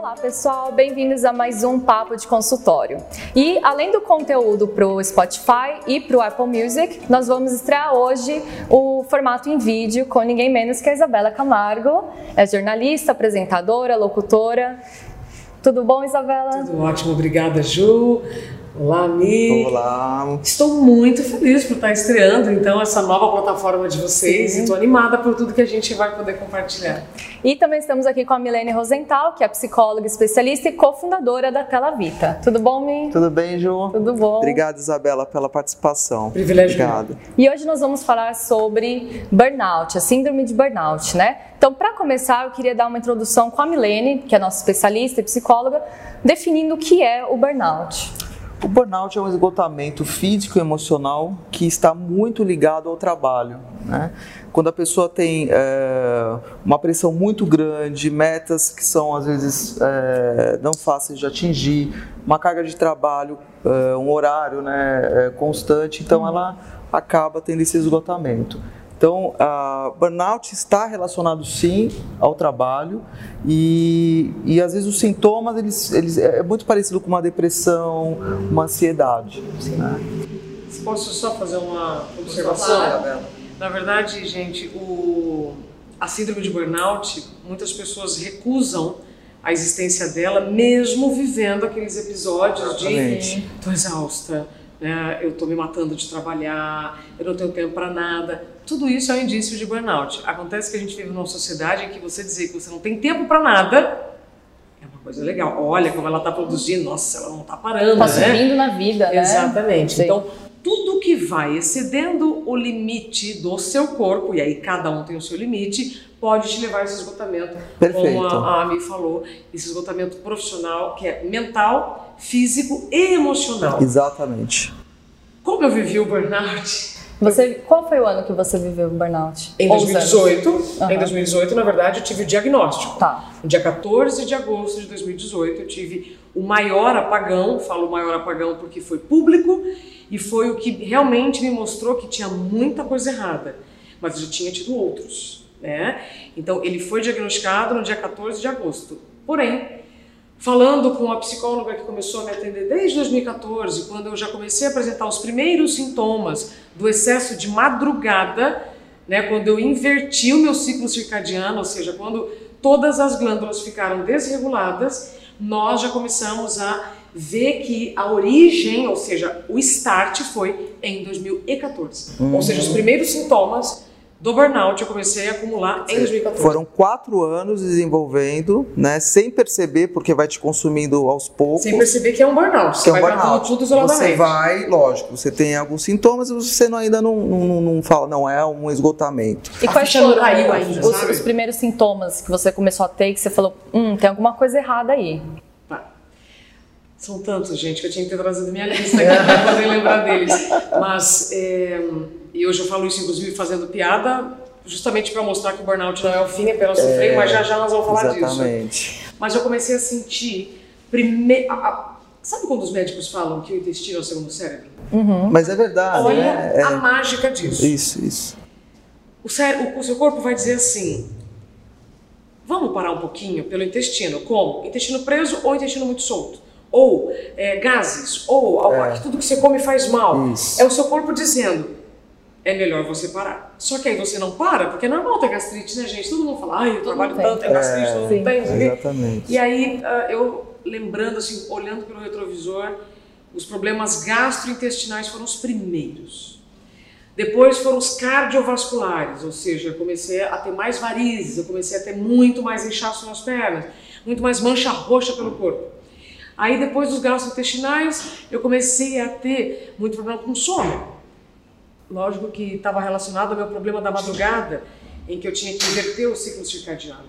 Olá pessoal, bem-vindos a mais um Papo de Consultório. E além do conteúdo para o Spotify e para o Apple Music, nós vamos estrear hoje o formato em vídeo com ninguém menos que a Isabela Camargo. É jornalista, apresentadora, locutora. Tudo bom, Isabela? Tudo ótimo, obrigada, Ju. Olá, Mi. Olá. Estou muito feliz por estar estreando, então, essa nova plataforma de vocês. Sim. E estou animada por tudo que a gente vai poder compartilhar. E também estamos aqui com a Milene Rosenthal, que é psicóloga especialista e cofundadora da Tela Vita. Tudo bom, Mi? Tudo bem, Ju? Tudo bom. Obrigado, Isabela, pela participação. Privilégio. Obrigado. E hoje nós vamos falar sobre burnout, a síndrome de burnout, né? Então, para começar, eu queria dar uma introdução com a Milene, que é nossa especialista e psicóloga, definindo o que é o burnout. O burnout é um esgotamento físico e emocional que está muito ligado ao trabalho, né? Quando a pessoa tem uma pressão muito grande, metas que são às vezes não fáceis de atingir, uma carga de trabalho, um horário, né, constante, então ela acaba tendo esse esgotamento. Então, a burnout está relacionado sim ao trabalho e às vezes os sintomas eles é muito parecido com uma depressão, uma ansiedade. Né? Posso só fazer uma observação? Claro. Na verdade, gente, a síndrome de burnout, muitas pessoas recusam a existência dela, mesmo vivendo aqueles episódios de "estou exausta", né? "Eu estou me matando de trabalhar, eu não tenho tempo para nada". Tudo isso é um indício de burnout. Acontece que a gente vive numa sociedade em que você dizer que você não tem tempo para nada é uma coisa legal. Olha como ela está produzindo, nossa, ela não está parando, né? Está subindo na vida, né? Exatamente. Sim. Então, tudo que vai excedendo o limite do seu corpo, e aí cada um tem o seu limite, pode te levar a esse esgotamento. Perfeito. Como a Ami falou, esse esgotamento profissional, que é mental, físico e emocional. Exatamente. Como eu vivi o burnout? Qual foi o ano que você viveu o burnout? Em 2018. Em 2018, na verdade, eu tive o diagnóstico. Tá. No dia 14 de agosto de 2018, eu tive o maior apagão. Falo maior apagão porque foi público e foi o que realmente me mostrou que tinha muita coisa errada. Mas eu já tinha tido outros, né? Então, ele foi diagnosticado no dia 14 de agosto. Porém, falando com a psicóloga que começou a me atender desde 2014, quando eu já comecei a apresentar os primeiros sintomas do excesso de madrugada, né, quando eu inverti o meu ciclo circadiano, ou seja, quando todas as glândulas ficaram desreguladas, nós já começamos a ver que a origem, ou seja, o start foi em 2014. Ou seja, os primeiros sintomas do burnout eu comecei a acumular em 2014. Foram 4 anos desenvolvendo, né, sem perceber, porque vai te consumindo aos poucos. Sem perceber que é um burnout. Você vai tratando tudo isoladamente. Você vai, lógico, você tem alguns sintomas e você ainda não fala, não é um esgotamento. E quais foram os primeiros sintomas que você começou a ter e que você falou, tem alguma coisa errada aí? São tantos, gente, que eu tinha que ter trazido minha lista aqui para poder lembrar deles. Mas, e hoje eu falo isso, inclusive, fazendo piada, justamente para mostrar que o burnout não é o fim, é apenas o freio, mas já nós vamos falar exatamente disso. Mas eu comecei a sentir, sabe quando os médicos falam que o intestino é o segundo cérebro? Mas é verdade. Olha a mágica disso. Isso. O seu corpo vai dizer assim, vamos parar um pouquinho pelo intestino. Como? Intestino preso ou intestino muito solto? Ou gases, ou tudo que você come faz mal. Isso. É o seu corpo dizendo, é melhor você parar. Só que aí você não para, porque é normal ter gastrite, né, gente? Todo mundo fala, eu trabalho tanto, é gastrite, todo mundo tem. Exatamente. E aí, eu lembrando, assim, olhando pelo retrovisor, os problemas gastrointestinais foram os primeiros. Depois foram os cardiovasculares, ou seja, eu comecei a ter mais varizes, eu comecei a ter muito mais inchaço nas pernas, muito mais mancha roxa pelo corpo. Aí depois dos gastrointestinais, eu comecei a ter muito problema com sono. Lógico que estava relacionado ao meu problema da madrugada, em que eu tinha que inverter o ciclo circadiano.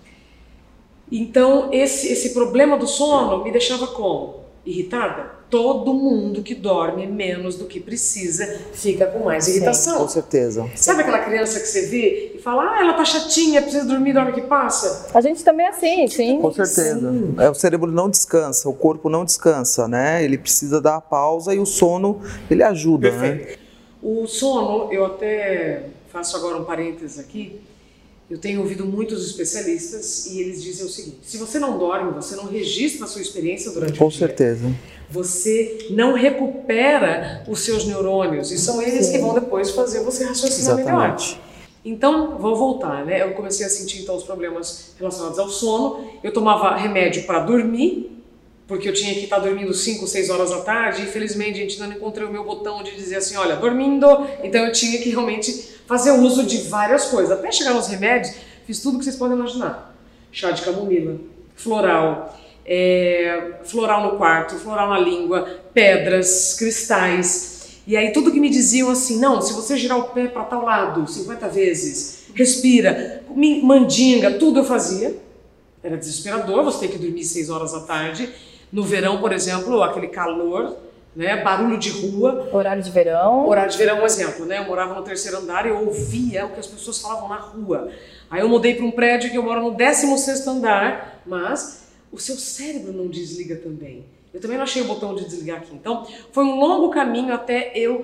Então, esse problema do sono me deixava como? Irritada? Todo mundo que dorme menos do que precisa fica com mais irritação. Com certeza. Sabe aquela criança que você vê e fala, ela tá chatinha, precisa dormir, dorme que passa? A gente também é assim, sim. Com certeza. O cérebro não descansa, o corpo não descansa, né? Ele precisa dar a pausa e o sono, ele ajuda, perfeito, né? O sono, eu até faço agora um parênteses aqui, Eu tenho ouvido muitos especialistas e eles dizem o seguinte: se você não dorme, você não registra a sua experiência durante o dia. Com certeza. Você não recupera os seus neurônios e são eles que vão depois fazer você raciocinar melhor. Então, vou voltar, né? Eu comecei a sentir então os problemas relacionados ao sono. Eu tomava remédio para dormir, porque eu tinha que estar dormindo 5, 6 horas da tarde. Infelizmente, a gente ainda não encontrei o meu botão de dizer assim, olha, dormindo. Então eu tinha que realmente fazer uso de várias coisas. Até chegar nos remédios, fiz tudo que vocês podem imaginar. Chá de camomila, floral, floral no quarto, floral na língua, pedras, cristais. E aí tudo que me diziam assim, não, se você girar o pé para tal lado 50 vezes, respira, mandinga, tudo eu fazia. Era desesperador, você tem que dormir 6 horas da tarde. No verão, por exemplo, aquele calor, né, barulho de rua. Horário de verão. Horário de verão é um exemplo, né? Eu morava no 3º andar e eu ouvia o que as pessoas falavam na rua. Aí eu mudei para um prédio que eu moro no 16º andar, mas o seu cérebro não desliga também. Eu também não achei o botão de desligar aqui. Então, foi um longo caminho até eu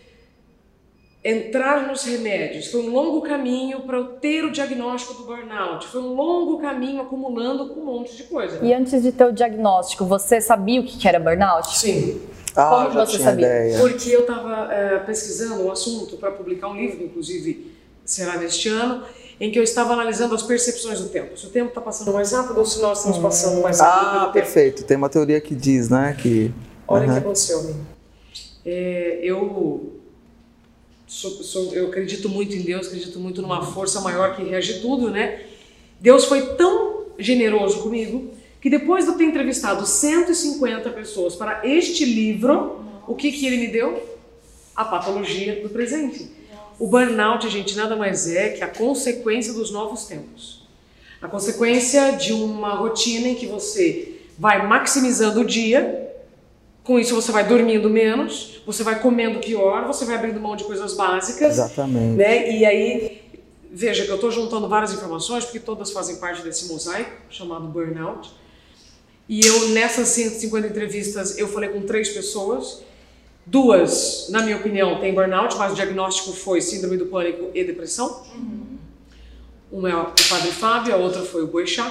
entrar nos remédios. Foi um longo caminho para eu ter o diagnóstico do burnout. Foi um longo caminho acumulando com um monte de coisa. E antes de ter o diagnóstico, você sabia o que era burnout? Sim. Como você sabia? Ideia. Porque eu estava pesquisando um assunto para publicar um livro, inclusive será neste ano, em que eu estava analisando as percepções do tempo. Se o tempo está passando mais rápido ou se nós estamos passando mais rápido pelo tempo. Perfeito. Tem uma teoria que diz, né, que... Olha o que aconteceu, amigo. Eu acredito muito em Deus, acredito muito numa força maior que rege tudo, né? Deus foi tão generoso comigo que depois de eu ter entrevistado 150 pessoas para este livro, o que ele me deu? A patologia do presente. O burnout, gente, nada mais é que a consequência dos novos tempos. A consequência de uma rotina em que você vai maximizando o dia, com isso você vai dormindo menos, você vai comendo pior, você vai abrindo mão de coisas básicas. Exatamente. Né? E aí, veja que eu estou juntando várias informações, porque todas fazem parte desse mosaico chamado burnout. E eu, nessas 150 entrevistas, eu falei com 3 pessoas. 2, na minha opinião, têm burnout, mas o diagnóstico foi síndrome do pânico e depressão. Uma é o Padre Fábio, a outra foi o Boechat.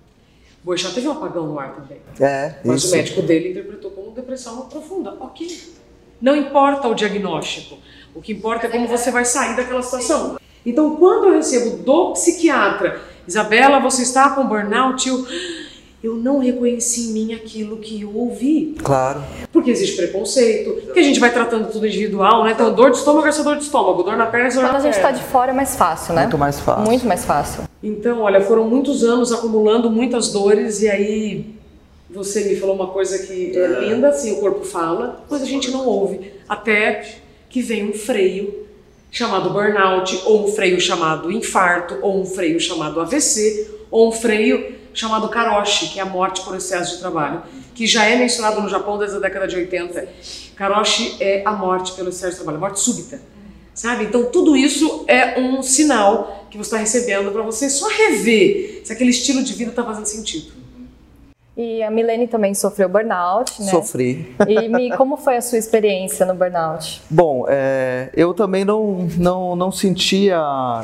O Boechat teve um apagão no ar também. Mas o médico dele interpretou como depressão profunda. Ok. Não importa o diagnóstico. O que importa é como você vai sair daquela situação. Então, quando eu recebo do psiquiatra, Isabela, você está com burnout, eu não reconheci em mim aquilo que eu ouvi. Claro. Porque existe preconceito, que a gente vai tratando tudo individual, né? Então, dor de estômago é só dor de estômago, dor na perna é só dor na perna. Quando a gente está de fora é mais fácil, né? Muito mais fácil. Muito mais fácil. Então, olha, foram muitos anos acumulando muitas dores e aí você me falou uma coisa que é linda, assim, o corpo fala, mas a gente não ouve. Até que vem um freio chamado burnout, ou um freio chamado infarto, ou um freio chamado AVC, ou um freio chamado karoshi, que é a morte por excesso de trabalho, que já é mencionado no Japão desde a década de 80. Karoshi é a morte pelo excesso de trabalho, morte súbita, sabe? Então tudo isso é um sinal que você está recebendo para você só rever se aquele estilo de vida está fazendo sentido. E a Milene também sofreu burnout, né? Sofri. E como foi a sua experiência no burnout? Bom, eu também não sentia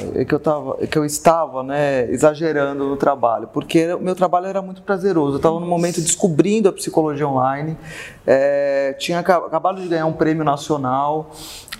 que eu estava, né, exagerando no trabalho, porque o meu trabalho era muito prazeroso. Eu estava no momento descobrindo a psicologia online, tinha acabado de ganhar um prêmio nacional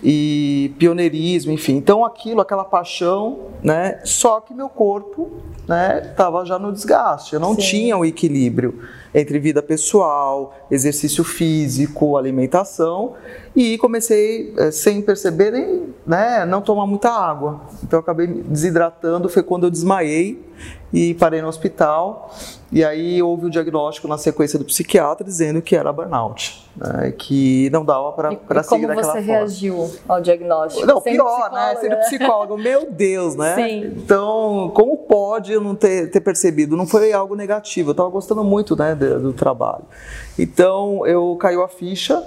e pioneirismo, enfim. Então aquela paixão, né, só que meu corpo, né, estava já no desgaste. Eu não tinha o equilíbrio entre vida pessoal, exercício físico, alimentação, e comecei, sem perceber, né, não tomar muita água. Então eu acabei desidratando, foi quando eu desmaiei e parei no hospital. E aí houve o diagnóstico na sequência do psiquiatra dizendo que era burnout, né, que não dava para seguir daquela forma. Como você reagiu ao diagnóstico? Não, pior, né? Sendo psicólogo, meu Deus, né? Sim. Então, como pode eu não ter percebido? Não foi algo negativo, eu estava gostando muito, né, do trabalho. Então, eu caiu a ficha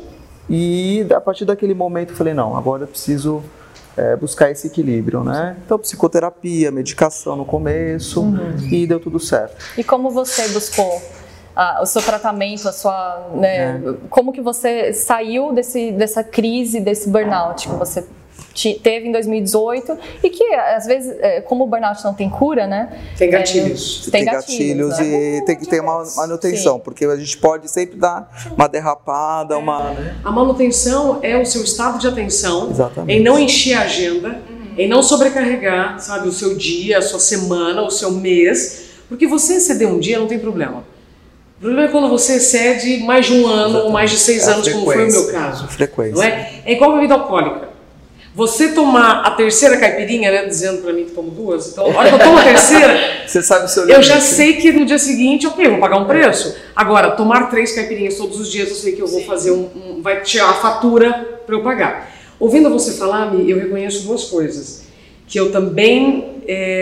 e a partir daquele momento eu falei, não, agora eu preciso buscar esse equilíbrio, né? Então, psicoterapia, medicação no começo e deu tudo certo. E como você buscou o seu tratamento, como que você saiu dessa crise, desse burnout que você teve em 2018 e que, às vezes, como o burnout não tem cura, né? Tem gatilhos. Tem gatilhos, né? E tem que ter uma manutenção, porque a gente pode sempre dar uma derrapada, né? A manutenção é o seu estado de atenção. Exatamente. Em não encher a agenda, em não sobrecarregar, sabe, o seu dia, a sua semana, o seu mês, porque você exceder um dia não tem problema. O problema é quando você excede mais de um ano ou mais de 6 anos, como foi o meu caso. Frequência. Não é? É igual a bebida alcoólica. Você tomar a terceira caipirinha, né, dizendo pra mim que tomo 2, então, a hora que eu tomo a terceira, você sabe o seu limite. Eu já sei que no dia seguinte, ok, eu vou pagar um preço. Agora, tomar 3 caipirinhas todos os dias, eu sei que eu vou fazer vai tirar a fatura pra eu pagar. Ouvindo você falar, eu reconheço 2 coisas. Que eu também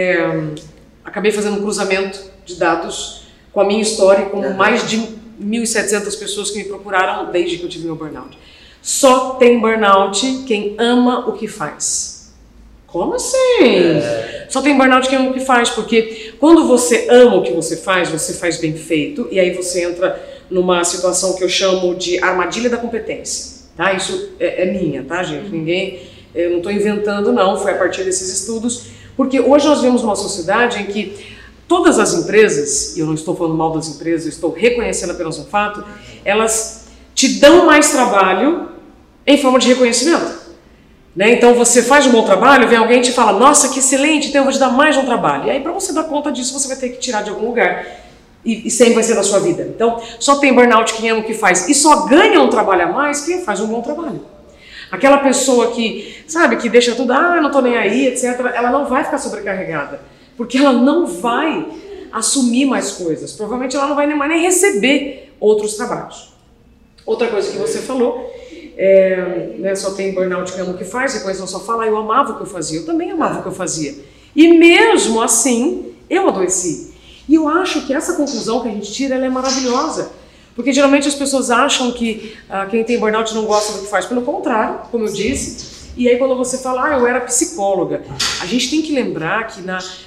acabei fazendo um cruzamento de dados com a minha história, com mais de 1.700 pessoas que me procuraram desde que eu tive meu burnout. Só tem burnout quem ama o que faz. Como assim? Só tem burnout quem ama o que faz, porque quando você ama o que você faz bem feito, e aí você entra numa situação que eu chamo de armadilha da competência. Tá? Isso é minha, tá, gente? Eu não estou inventando, não, foi a partir desses estudos, porque hoje nós vemos uma sociedade em que todas as empresas, e eu não estou falando mal das empresas, eu estou reconhecendo apenas um fato, elas te dão mais trabalho em forma de reconhecimento. Né? Então você faz um bom trabalho, vem alguém e te fala, nossa, que excelente, então eu vou te dar mais um trabalho. E aí para você dar conta disso, você vai ter que tirar de algum lugar. E sempre vai ser da sua vida. Então só tem burnout quem ama o que faz. E só ganha um trabalho a mais quem faz um bom trabalho. Aquela pessoa que, sabe, que deixa tudo, não tô nem aí, etc. Ela não vai ficar sobrecarregada. Porque ela não vai assumir mais coisas. Provavelmente ela não vai nem receber outros trabalhos. Outra coisa que você falou, né, só tem burnout que ama o que faz, depois não só fala, eu amava o que eu fazia. Eu também amava o que eu fazia. E mesmo assim, eu adoeci. E eu acho que essa conclusão que a gente tira, ela é maravilhosa. Porque geralmente as pessoas acham que quem tem burnout não gosta do que faz. Pelo contrário, como eu disse. E aí quando você fala, eu era psicóloga. A gente tem que lembrar que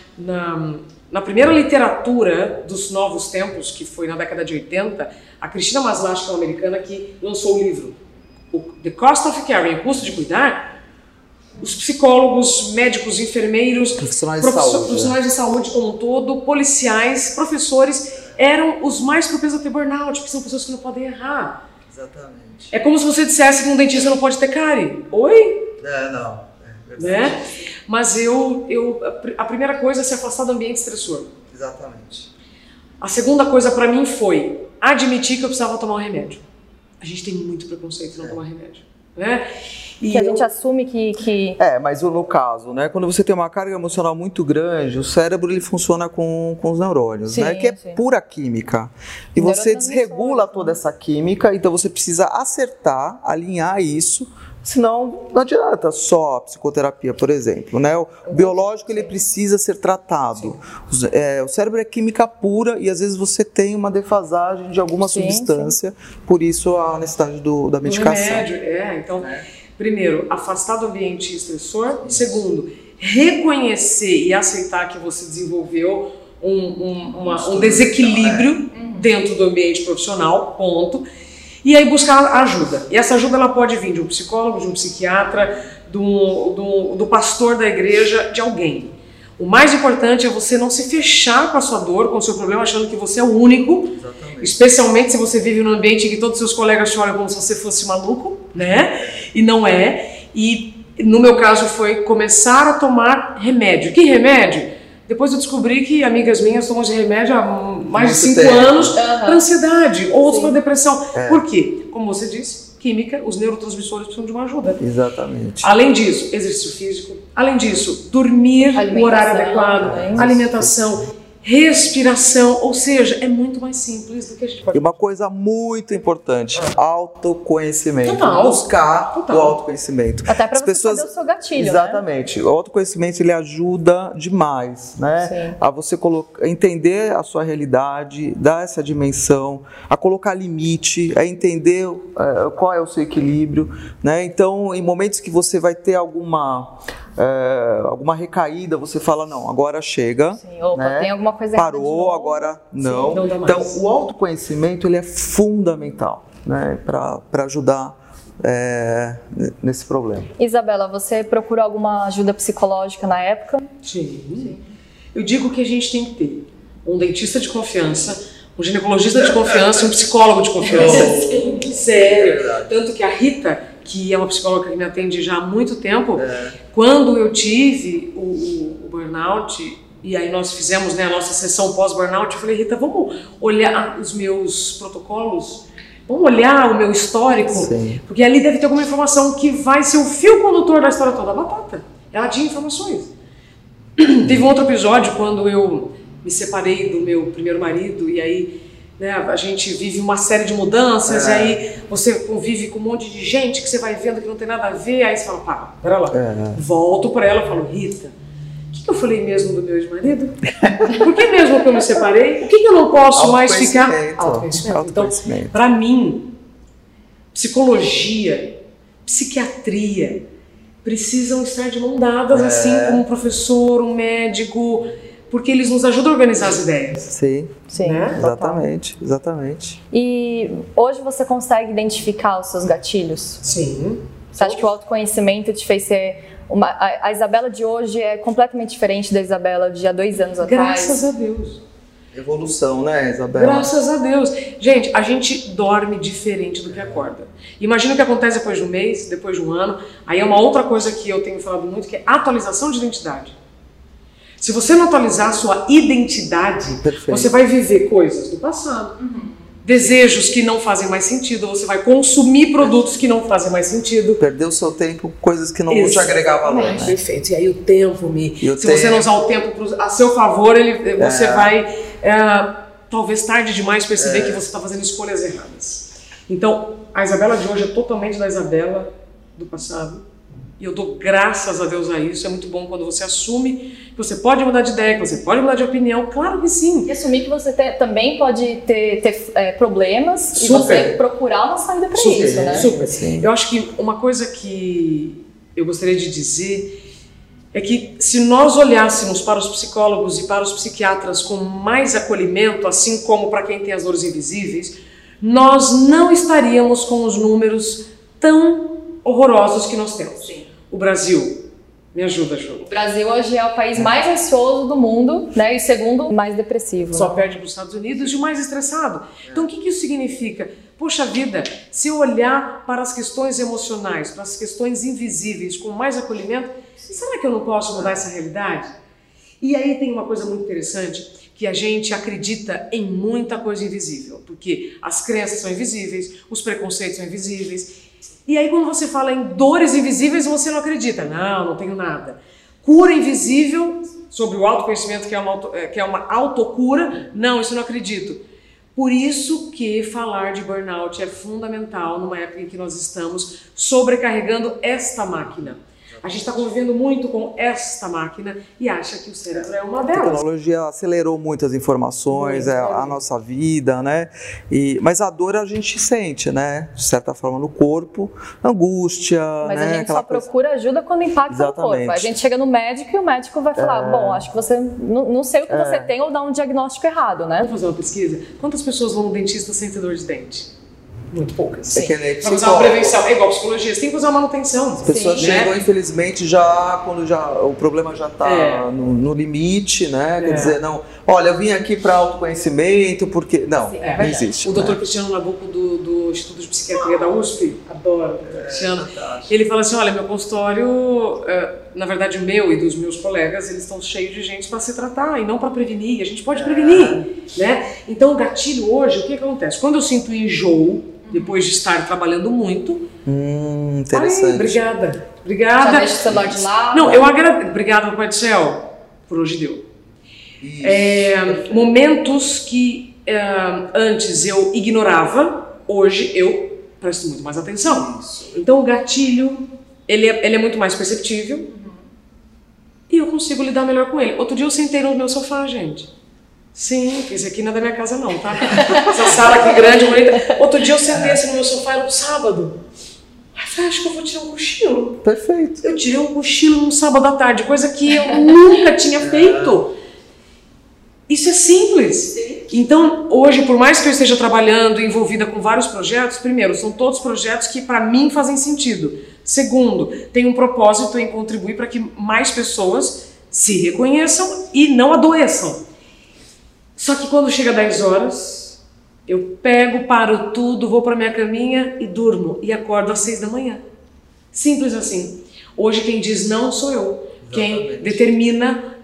na primeira literatura dos novos tempos, que foi na década de 80, a Cristina Maslach, que é uma americana, que lançou o livro The Cost of Caring, o custo de cuidar. Os psicólogos, médicos, enfermeiros, profissionais de saúde como um todo, policiais, professores, eram os mais propensos a ter burnout, porque são pessoas que não podem errar. Exatamente. É como se você dissesse que um dentista não pode ter cárie. Oi? Não. Né? Mas a primeira coisa é se afastar do ambiente estressor. Exatamente. A segunda coisa para mim foi admitir que eu precisava tomar um remédio. A gente tem muito preconceito em não tomar remédio. Né? Que a gente assume que... mas no caso, né, quando você tem uma carga emocional muito grande, o cérebro ele funciona com os neurônios, né, que é pura química. E você desregula toda essa química, então você precisa acertar, alinhar isso, senão não adianta só a psicoterapia, por exemplo. Né? O biológico ele precisa ser tratado. O cérebro é química pura e às vezes você tem uma defasagem de alguma substância, por isso a necessidade da medicação. Remédio, então... Primeiro, afastar do ambiente estressor. Segundo, reconhecer e aceitar que você desenvolveu um desequilíbrio dentro do ambiente profissional, ponto. E aí buscar ajuda. E essa ajuda ela pode vir de um psicólogo, de um psiquiatra, do pastor da igreja, de alguém. O mais importante é você não se fechar com a sua dor, com o seu problema, achando que você é o único. Exatamente. Especialmente se você vive num ambiente em que todos os seus colegas te olham como se você fosse maluco, né? E não é. E no meu caso foi começar a tomar remédio. Que remédio? Depois eu descobri que amigas minhas tomam esse remédio há mais de 5 anos para ansiedade, outros para depressão. Por quê? Como você disse, química, os neurotransmissores precisam de uma ajuda. Exatamente. Além disso, exercício físico. Além disso, dormir no horário adequado, alimentação, respiração, ou seja, é muito mais simples do que a gente pode. E uma coisa muito importante, autoconhecimento. Total. Buscar o autoconhecimento. Até para você saber o seu gatilho, exatamente. Né? O autoconhecimento ele ajuda demais, né? Sim. A você entender a sua realidade, dar essa dimensão, a colocar limite, a entender qual é o seu equilíbrio, né? Então, em momentos que você vai ter alguma recaída, você fala, não, agora chega. Sim, opa, né? Tem alguma coisa Parou, agora não. Sim, não dá mais. Então, o autoconhecimento ele é fundamental, né? Para ajudar nesse problema. Isabela, você procurou alguma ajuda psicológica na época? Sim. Eu digo que a gente tem que ter um dentista de confiança, um ginecologista de confiança e um psicólogo de confiança. Sim. Sério. Tanto que a Rita, que é uma psicóloga que me atende já há muito tempo, quando eu tive o burnout, e aí nós fizemos, né, a nossa sessão pós-burnout, eu falei, Rita, vamos olhar os meus protocolos? Vamos olhar o meu histórico? Sim. Porque ali deve ter alguma informação que vai ser o fio condutor da história toda. A batata. Ela tinha informações. Teve um outro episódio quando eu me separei do meu primeiro marido e aí, né, a gente vive uma série de mudanças e aí você convive com um monte de gente que você vai vendo que não tem nada a ver, aí você fala, pera lá. Volto pra ela e falo, Rita, o que eu falei mesmo do meu ex-marido? Por que mesmo que eu me separei? O que eu não posso mais ficar? Autoconhecimento. Então, pra mim, psicologia, psiquiatria precisam estar de mão dadas, assim como um professor, um médico, porque eles nos ajudam a organizar as ideias. Sim, né? Exatamente. E hoje você consegue identificar os seus gatilhos? Sim. Você acha que o autoconhecimento te fez ser... A Isabela de hoje é completamente diferente da Isabela de há 2 anos atrás? Graças a Deus. Evolução, né, Isabela? Graças a Deus. Gente, a gente dorme diferente do que acorda. Imagina o que acontece depois de um mês, depois de um ano. Aí é uma outra coisa que eu tenho falado muito, que é atualização de identidade. Se você não atualizar a sua identidade, você vai viver coisas do passado. Desejos que não fazem mais sentido, você vai consumir produtos que não fazem mais sentido. Perdeu o seu tempo, coisas que não te agregavam valor. Né? Perfeito. E aí o tempo, você não usar o tempo a seu favor, você vai, talvez tarde demais, perceber que você está fazendo escolhas erradas. Então, a Isabela de hoje é totalmente da Isabela do passado. E eu dou graças a Deus a isso. É muito bom quando você assume que você pode mudar de ideia, que você pode mudar de opinião. Claro que sim. E assumir que você também pode ter problemas e você procurar uma saída para isso, né? Super. Sim. Eu acho que uma coisa que eu gostaria de dizer é que se nós olhássemos para os psicólogos e para os psiquiatras com mais acolhimento, assim como para quem tem as dores invisíveis, nós não estaríamos com os números tão horrorosos que nós temos. Sim. O Brasil, me ajuda, Ju. O Brasil hoje é o país mais ansioso do mundo, né? E segundo mais depressivo. Só perde para os Estados Unidos e o mais estressado. Então o que isso significa? Poxa vida, se eu olhar para as questões emocionais, para as questões invisíveis com mais acolhimento, será que eu não posso mudar essa realidade? E aí tem uma coisa muito interessante, que a gente acredita em muita coisa invisível, porque as crenças são invisíveis, os preconceitos são invisíveis. E aí quando você fala em dores invisíveis, você não acredita. Não tenho nada. Cura invisível, sobre o autoconhecimento, que é uma autocura, não, isso eu não acredito. Por isso que falar de burnout é fundamental numa época em que nós estamos sobrecarregando esta máquina. A gente está convivendo muito com esta máquina e acha que o cérebro é uma delas. A tecnologia acelerou muitas informações, a nossa vida, né? Mas a dor a gente sente, né? De certa forma no corpo, angústia, mas né? A gente só procura ajuda quando impacta no corpo. A gente chega no médico e o médico vai falar, bom, acho que você, não sei o que você tem ou dar um diagnóstico errado, né? Vamos fazer uma pesquisa? Quantas pessoas vão no dentista sem ter dor de dente? Muito poucas. Sim. Para usar uma prevenção, é igual psicologia, você tem que usar manutenção. As pessoas chegam, infelizmente, quando o problema já está no limite, né? Quer dizer, não, olha, eu vim aqui para autoconhecimento, porque... Não, não existe. O Dr. Cristiano Nabuco, do Instituto de Psiquiatria da USP, adoro o Dr. Cristiano, ele fala assim, olha, meu consultório, na verdade o meu e dos meus colegas, eles estão cheios de gente para se tratar e não para prevenir. A gente pode prevenir, né? Então o gatilho hoje, o que acontece? Quando eu sinto enjoo, depois de estar trabalhando muito. Interessante. Ai, obrigada. Já deixa o celular de lado. Não, eu agradeço. Obrigada, Papai do Céu. Por hoje deu. Momentos que antes eu ignorava, hoje eu presto muito mais atenção. Isso. Então o gatilho, ele é muito mais perceptível e eu consigo lidar melhor com ele. Outro dia eu sentei no meu sofá, gente. Sim, porque esse aqui não é da minha casa não, tá? Essa sala aqui grande, bonita. Outro dia eu sentei assim no meu sofá, era um sábado. Aí eu falei, acho que eu vou tirar um cochilo. Perfeito. Eu tirei um cochilo num sábado à tarde, coisa que eu nunca tinha feito. Isso é simples. Sim. Então, hoje, por mais que eu esteja trabalhando, envolvida com vários projetos, primeiro, são todos projetos que para mim fazem sentido. Segundo, tem um propósito em contribuir para que mais pessoas se reconheçam e não adoeçam. Só que quando chega 10 horas, eu pego, paro tudo, vou para minha caminha e durmo. E acordo às 6 da manhã. Simples assim. Hoje quem diz não sou eu. Quem determina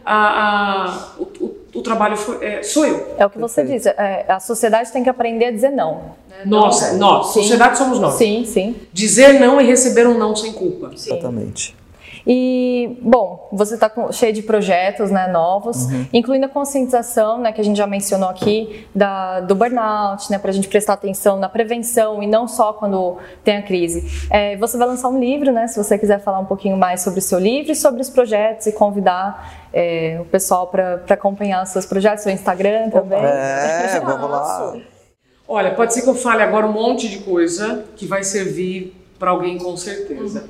o trabalho sou eu. É o que você diz, a sociedade tem que aprender a dizer não. Nós, Sim. sociedade somos nós. Sim, sim. Dizer não e receber um não sem culpa. Sim. Exatamente. E, bom, você está cheio de projetos, né, novos, incluindo a conscientização, né, que a gente já mencionou aqui, do burnout, né, para a gente prestar atenção na prevenção e não só quando tem a crise. Você vai lançar um livro, né, se você quiser falar um pouquinho mais sobre o seu livro e sobre os projetos e convidar o pessoal para acompanhar os seus projetos, seu Instagram também. Vamos lá. Olha, pode ser que eu fale agora um monte de coisa que vai servir para alguém com certeza.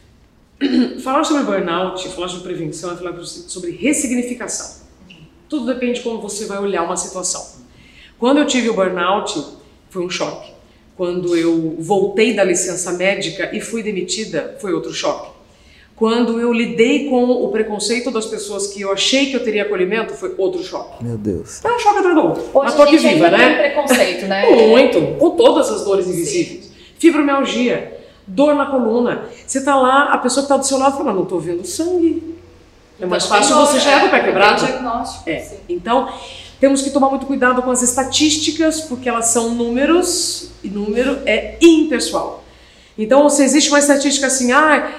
Falar sobre burnout, falar sobre prevenção, é falar sobre ressignificação. Tudo depende de como você vai olhar uma situação. Quando eu tive o burnout, foi um choque. Quando eu voltei da licença médica e fui demitida, foi outro choque. Quando eu lidei com o preconceito das pessoas que eu achei que eu teria acolhimento, foi outro choque. Meu Deus. É um choque atrás do outro. Hoje Mas tô aqui viva, ainda né? tem preconceito, né? Muito, com todas as dores invisíveis. Fibromialgia, dor na coluna. Você tá lá, a pessoa que tá do seu lado fala, não tô vendo sangue. É mais fácil você já é com o pé quebrado. Diagnóstico. Então, temos que tomar muito cuidado com as estatísticas, porque elas são números, e número é impessoal. Então, se existe uma estatística assim,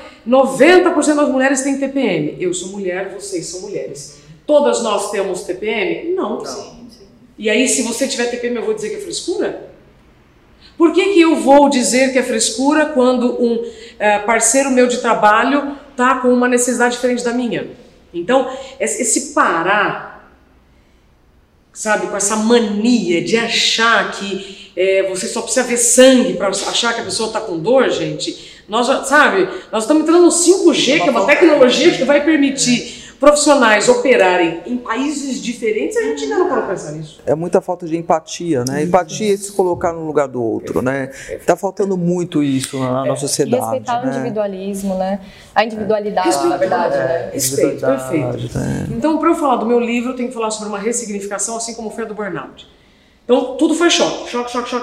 90% das mulheres têm TPM. Eu sou mulher, vocês são mulheres. Todas nós temos TPM? Não. Sim. E aí, se você tiver TPM, eu vou dizer que é frescura? Por que eu vou dizer que é frescura quando um parceiro meu de trabalho está com uma necessidade diferente da minha? Então, esse parar, sabe, com essa mania de achar que você só precisa ver sangue para achar que a pessoa está com dor, gente, nós estamos entrando no 5G, que é uma tecnologia que vai permitir profissionais operarem em países diferentes, a gente ainda não pode pensar nisso. É muita falta de empatia, né? Empatia é se colocar no lugar do outro, né? Tá faltando muito isso na nossa sociedade. Respeitar o né? individualismo, né? A individualidade, na verdade, né? Respeito, perfeito. Né? Então, para eu falar do meu livro, eu tenho que falar sobre uma ressignificação, assim como foi a do burnout. Então, tudo foi choque.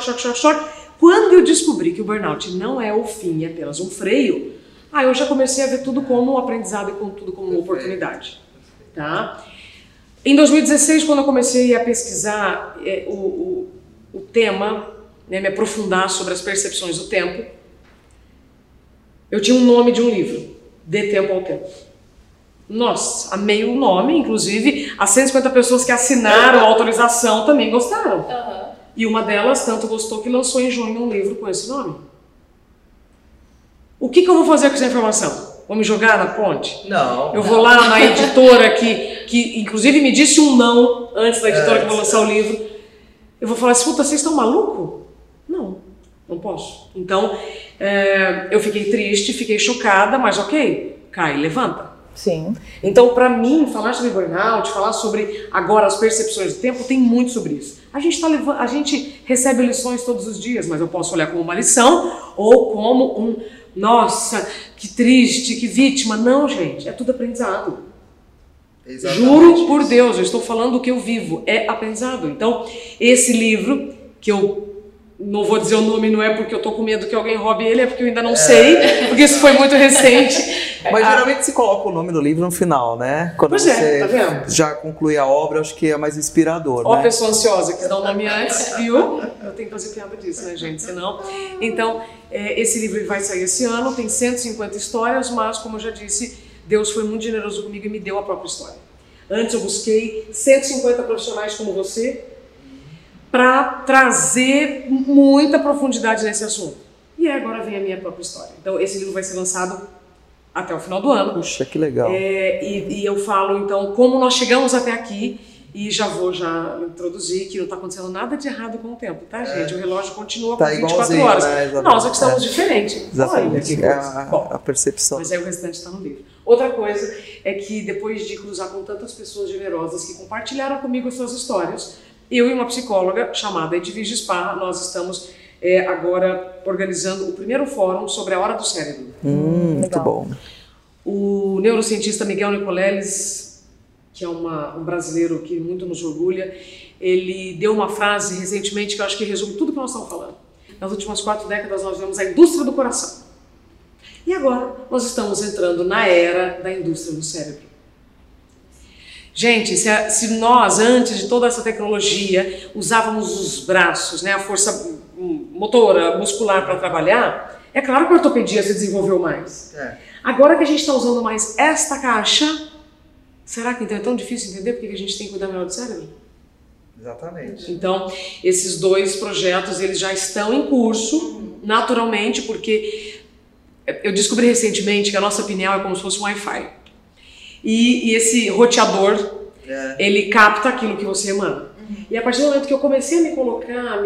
Quando eu descobri que o burnout não é o fim, é apenas um freio, eu já comecei a ver tudo como um aprendizado e tudo como uma oportunidade. Tá? Em 2016, quando eu comecei a pesquisar o tema, né, me aprofundar sobre as percepções do tempo, eu tinha um nome de um livro, De Tempo ao Tempo. Nossa, amei o nome, inclusive as 150 pessoas que assinaram a autorização também gostaram. E uma delas tanto gostou que lançou em junho um livro com esse nome. O que eu vou fazer com essa informação? Vou me jogar na ponte? Não. Eu vou lá na editora que inclusive me disse um não antes da editora que eu vou lançar o livro. Eu vou falar, escuta, vocês estão malucos? Não posso. Então, eu fiquei triste, fiquei chocada, mas ok, cai, levanta. Sim. Então, para mim, falar sobre burnout, falar sobre agora as percepções do tempo, tem muito sobre isso. A gente recebe lições todos os dias, mas eu posso olhar como uma lição ou como nossa, que triste, que vítima. Não, gente, é tudo aprendizado. Exatamente. Juro por Deus, eu estou falando o que eu vivo, é aprendizado. Então, esse livro, que eu não vou dizer o nome, não é porque eu tô com medo que alguém roube ele, é porque eu ainda não sei, porque isso foi muito recente. Mas geralmente se coloca o nome do livro no final, né? Quando pois você tá vendo? já conclui a obra, acho que é mais inspirador, Ó, né? pessoa ansiosa que dá o nome antes, viu? Eu tenho que fazer piada disso, né, gente? Senão... Então, esse livro vai sair esse ano, tem 150 histórias, mas, como eu já disse, Deus foi muito generoso comigo e me deu a própria história. Antes eu busquei 150 profissionais como você, para trazer muita profundidade nesse assunto. E agora vem a minha própria história. Então, esse livro vai ser lançado até o final do ano. Puxa, que legal. E eu falo, então, como nós chegamos até aqui E já vou introduzir que não está acontecendo nada de errado com o tempo, tá, gente? O relógio continua com 24 horas. Né, nós é que estamos diferentes. Exatamente. A percepção. Mas aí o restante está no livro. Outra coisa é que depois de cruzar com tantas pessoas generosas que compartilharam comigo as suas histórias, eu e uma psicóloga chamada Edvige Spa, nós estamos agora organizando o primeiro fórum sobre a hora do cérebro. Muito bom. O neurocientista Miguel Nicoleles, que é um brasileiro que muito nos orgulha, ele deu uma frase recentemente que eu acho que resume tudo que nós estamos falando. Nas últimas 4 décadas nós vemos a indústria do coração. E agora nós estamos entrando na era da indústria do cérebro. Gente, se nós, antes de toda essa tecnologia, usávamos os braços, né, a força motora, muscular para trabalhar, é claro que a ortopedia se desenvolveu mais. Agora que a gente está usando mais esta caixa, será que então é tão difícil entender porque a gente tem que cuidar melhor do cérebro? Exatamente. Então, esses 2 projetos, eles já estão em curso, naturalmente, porque eu descobri recentemente que a nossa pineal é como se fosse um Wi-Fi. E esse roteador, ele capta aquilo que você emana. E a partir do momento que eu comecei a me colocar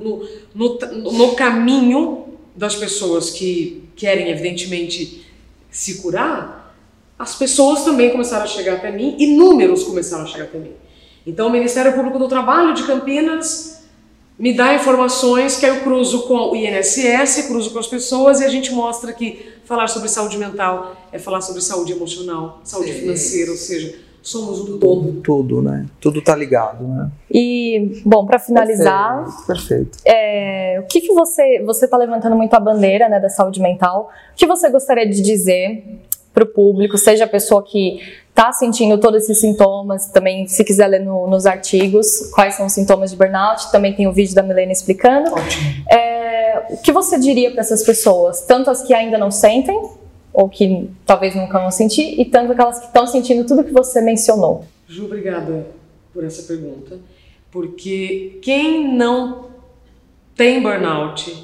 no caminho das pessoas que querem, evidentemente, se curar, as pessoas também começaram a chegar até mim e números começaram a chegar até mim. Então o Ministério Público do Trabalho de Campinas me dá informações que eu cruzo com o INSS, cruzo com as pessoas e a gente mostra que falar sobre saúde mental é falar sobre saúde emocional, saúde financeira, ou seja, somos um todo. Tudo, né? Tudo tá ligado, né? E, bom, para finalizar... Perfeito. O que você tá levantando muito a bandeira, né, da saúde mental. O que você gostaria de dizer para o público, seja a pessoa que está sentindo todos esses sintomas, também se quiser ler nos artigos quais são os sintomas de burnout, também tem o vídeo da Milene explicando. Ótimo. O que você diria para essas pessoas, tanto as que ainda não sentem, ou que talvez nunca vão sentir, e tanto aquelas que estão sentindo tudo que você mencionou? Ju, obrigada por essa pergunta, porque quem não tem burnout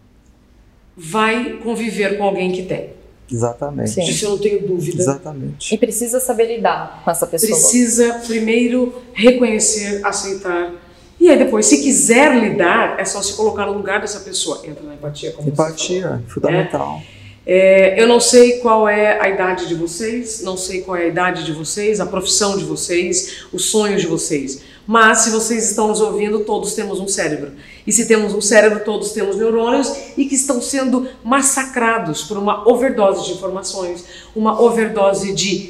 vai conviver com alguém que tem. Exatamente. Sim. Disso eu não tenho dúvida. Exatamente. E precisa saber lidar com essa pessoa. Precisa primeiro reconhecer, aceitar. E aí depois, se quiser lidar, é só se colocar no lugar dessa pessoa. Entra na empatia, como empatia, você falou. Fundamental. Eu não sei qual é a idade de vocês, não sei qual é a idade de vocês, a profissão de vocês, os sonhos de vocês. Mas se vocês estão nos ouvindo, todos temos um cérebro. E se temos um cérebro, todos temos neurônios e que estão sendo massacrados por uma overdose de informações, uma overdose de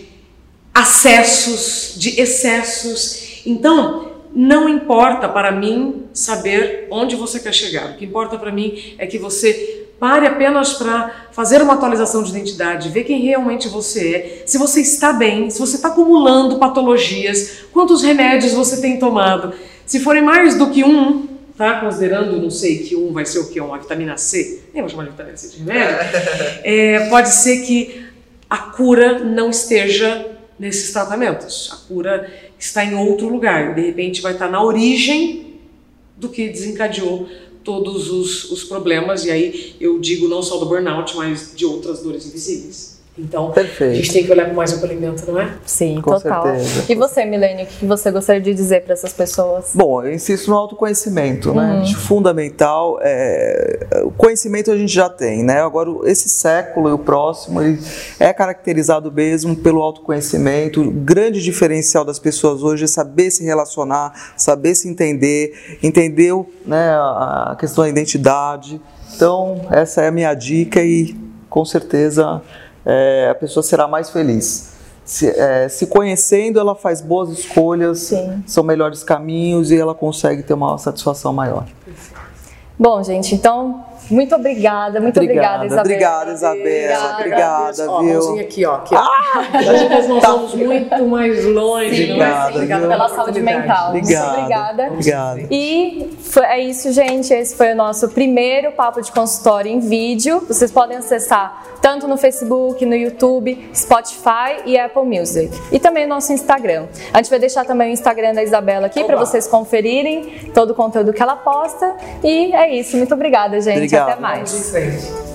acessos, de excessos. Então, não importa para mim saber onde você quer chegar. O que importa para mim é que você pare apenas para fazer uma atualização de identidade, ver quem realmente você é, se você está bem, se você está acumulando patologias, quantos remédios você tem tomado. Se forem mais do que um, tá? Considerando, não sei, que um vai ser o quê? Uma vitamina C, nem vou chamar de vitamina C de remédio, pode ser que a cura não esteja nesses tratamentos. A cura está em outro lugar, de repente vai estar na origem do que desencadeou todos os problemas, e aí eu digo não só do burnout, mas de outras dores invisíveis. Então, perfeito. A gente tem que olhar com mais acolhimento, não é? Sim, com total. Certeza. E você, Milene, o que você gostaria de dizer para essas pessoas? Bom, eu insisto no autoconhecimento, né? Fundamental. O conhecimento a gente já tem, né? Agora, esse século e o próximo ele é caracterizado mesmo pelo autoconhecimento. O grande diferencial das pessoas hoje é saber se relacionar, saber se entender, entender, né, a questão da identidade. Então, essa é a minha dica e, com certeza, a pessoa será mais feliz. Se conhecendo, ela faz boas escolhas, sim, são melhores caminhos e ela consegue ter uma satisfação maior. Bom, gente, então, muito obrigada, Isabela. Obrigada, Isabela. Obrigada, viu? Mãozinha aqui, ó. Nós vamos muito mais longe. Obrigada pela saúde mental. Obrigada. E é isso, gente. Esse foi o nosso primeiro Papo de Consultório em vídeo. Vocês podem acessar tanto no Facebook, no YouTube, Spotify e Apple Music. E também o nosso Instagram. A gente vai deixar também o Instagram da Isabela aqui para vocês conferirem todo o conteúdo que ela posta. E é isso. Muito obrigada, gente. Obrigado. Até mais.